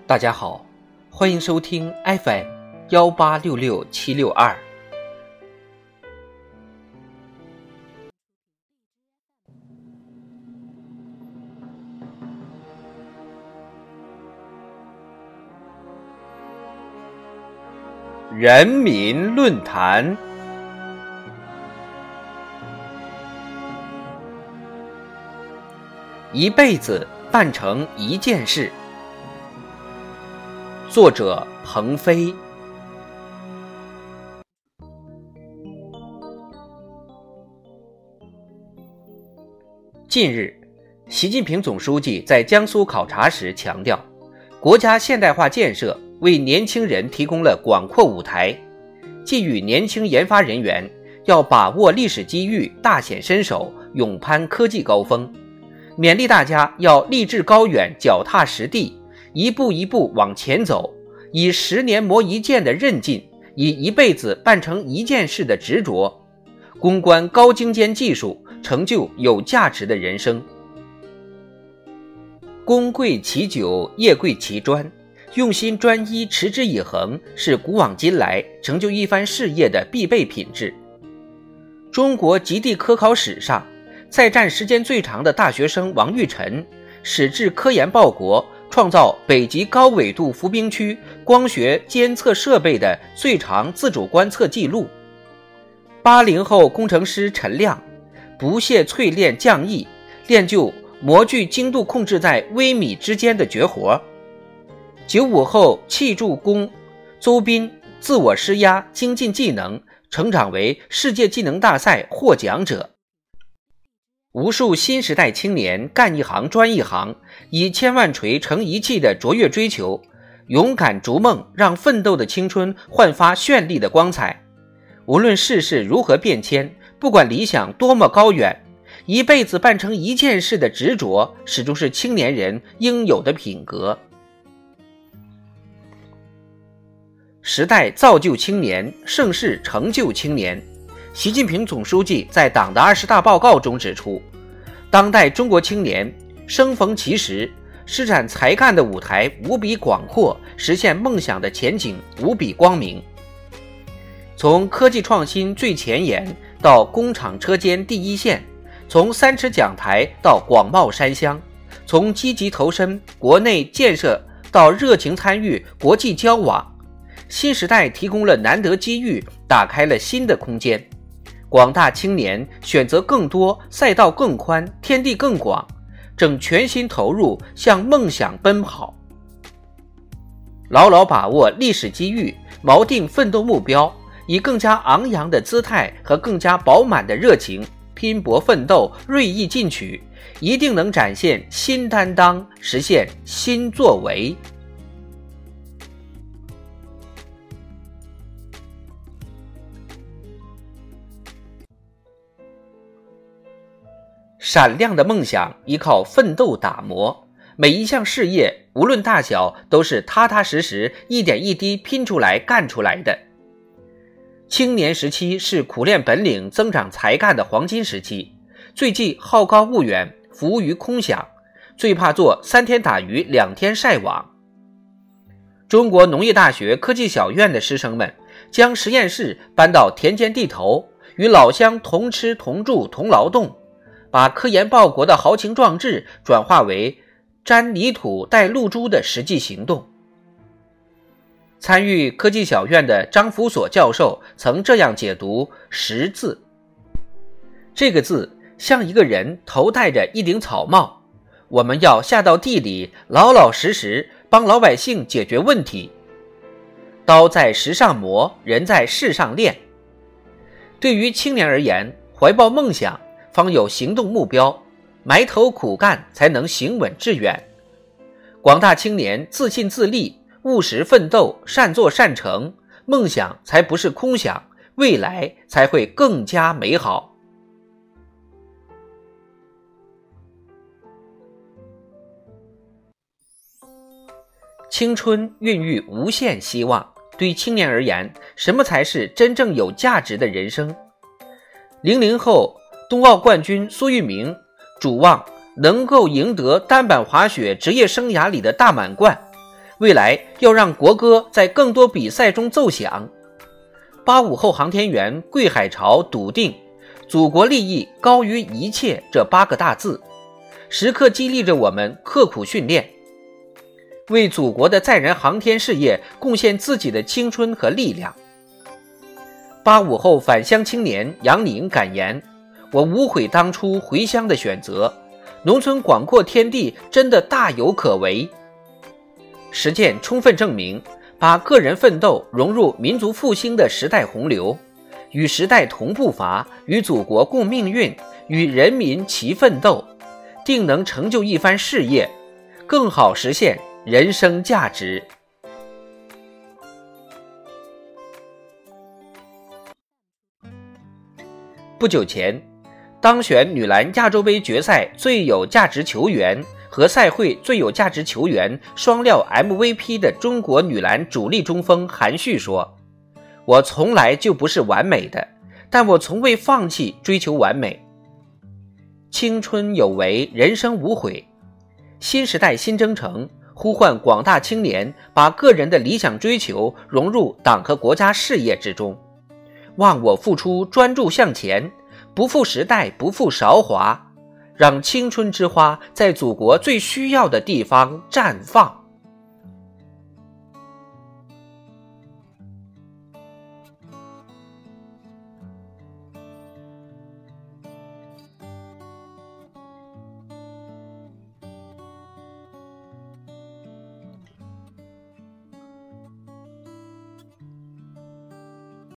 大家好，欢迎收听 FM1866762。人民论坛。一辈子办成一件事。作者彭飞。近日，习近平总书记在江苏考察时强调，国家现代化建设为年轻人提供了广阔舞台，寄予年轻研发人员要把握历史机遇，大显身手，勇攀科技高峰，勉励大家要立志高远，脚踏实地，一步一步往前走，以10年磨一剑的韧劲，以一辈子办成一件事的执着，攻关高精尖技术，成就有价值的人生。功贵其久，业贵其专，用心专一，持之以恒，是古往今来成就一番事业的必备品质。中国极地科考史上，在战时间最长的大学生王玉晨，矢志科研报国，创造北极高纬度浮冰区光学监测设备的最长自主观测记录。80后工程师陈亮，不懈淬炼匠艺，练就模具精度控制在微米之间的绝活。95后气助工邹斌，自我施压，精进技能，成长为世界技能大赛获奖者。无数新时代青年干一行专一行，以千万锤成一器的卓越追求，勇敢逐梦，让奋斗的青春焕发绚丽的光彩。无论世事如何变迁，不管理想多么高远，一辈子办成一件事的执着，始终是青年人应有的品格。时代造就青年，盛世成就青年。习近平总书记在党的20大报告中指出，当代中国青年生逢其时，施展才干的舞台无比广阔，实现梦想的前景无比光明。从科技创新最前沿到工厂车间第一线，从3尺讲台到广袤山乡，从积极投身国内建设到热情参与国际交往，新时代提供了难得机遇，打开了新的空间。广大青年选择更多，赛道更宽，天地更广，正全心投入向梦想奔跑。牢牢把握历史机遇，锚定奋斗目标，以更加昂扬的姿态和更加饱满的热情拼搏奋斗，锐意进取，一定能展现新担当，实现新作为。闪亮的梦想依靠奋斗打磨，每一项事业无论大小，都是踏踏实实一点一滴拼出来干出来的。青年时期是苦练本领增长才干的黄金时期，最忌好高骛远，浮于空想，最怕做3天打鱼2天晒网。中国农业大学科技小院的师生们将实验室搬到田间地头，与老乡同吃同住同劳动，把科研报国的豪情壮志转化为沾泥土带露珠的实际行动。参与科技小院的张福所教授曾这样解读识字。这个字像一个人头戴着一顶草帽，我们要下到地里，老老实实帮老百姓解决问题。刀在石上磨，人在事上练。对于青年而言，怀抱梦想方有行动目标，埋头苦干才能行稳致远。广大青年自信自立，务实奋斗，善作善成，梦想才不是空想，未来才会更加美好。青春孕育无限希望，对青年而言，什么才是真正有价值的人生？00后冬奥冠军苏翊鸣主望能够赢得单板滑雪职业生涯里的大满贯， 未来要让国歌在更多比赛中奏响。85后航天员桂海潮笃定祖国利益高于一切这8个大字，时刻激励着我们刻苦训练，为祖国的载人航天事业贡献自己的青春和力量。85后返乡青年杨宁感言，我无悔当初回乡的选择，农村广阔天地真的大有可为。实践充分证明，把个人奋斗融入民族复兴的时代洪流，与时代同步伐，与祖国共命运，与人民齐奋斗，定能成就一番事业，更好实现人生价值。不久前，当选女篮亚洲杯决赛最有价值球员和赛会最有价值球员双料 MVP 的中国女篮主力中锋韩旭说，我从来就不是完美的，但我从未放弃追求完美。青春有为，人生无悔。新时代新征程呼唤广大青年把个人的理想追求融入党和国家事业之中，忘我付出，专注向前，不负时代，不负韶华，让青春之花在祖国最需要的地方绽放。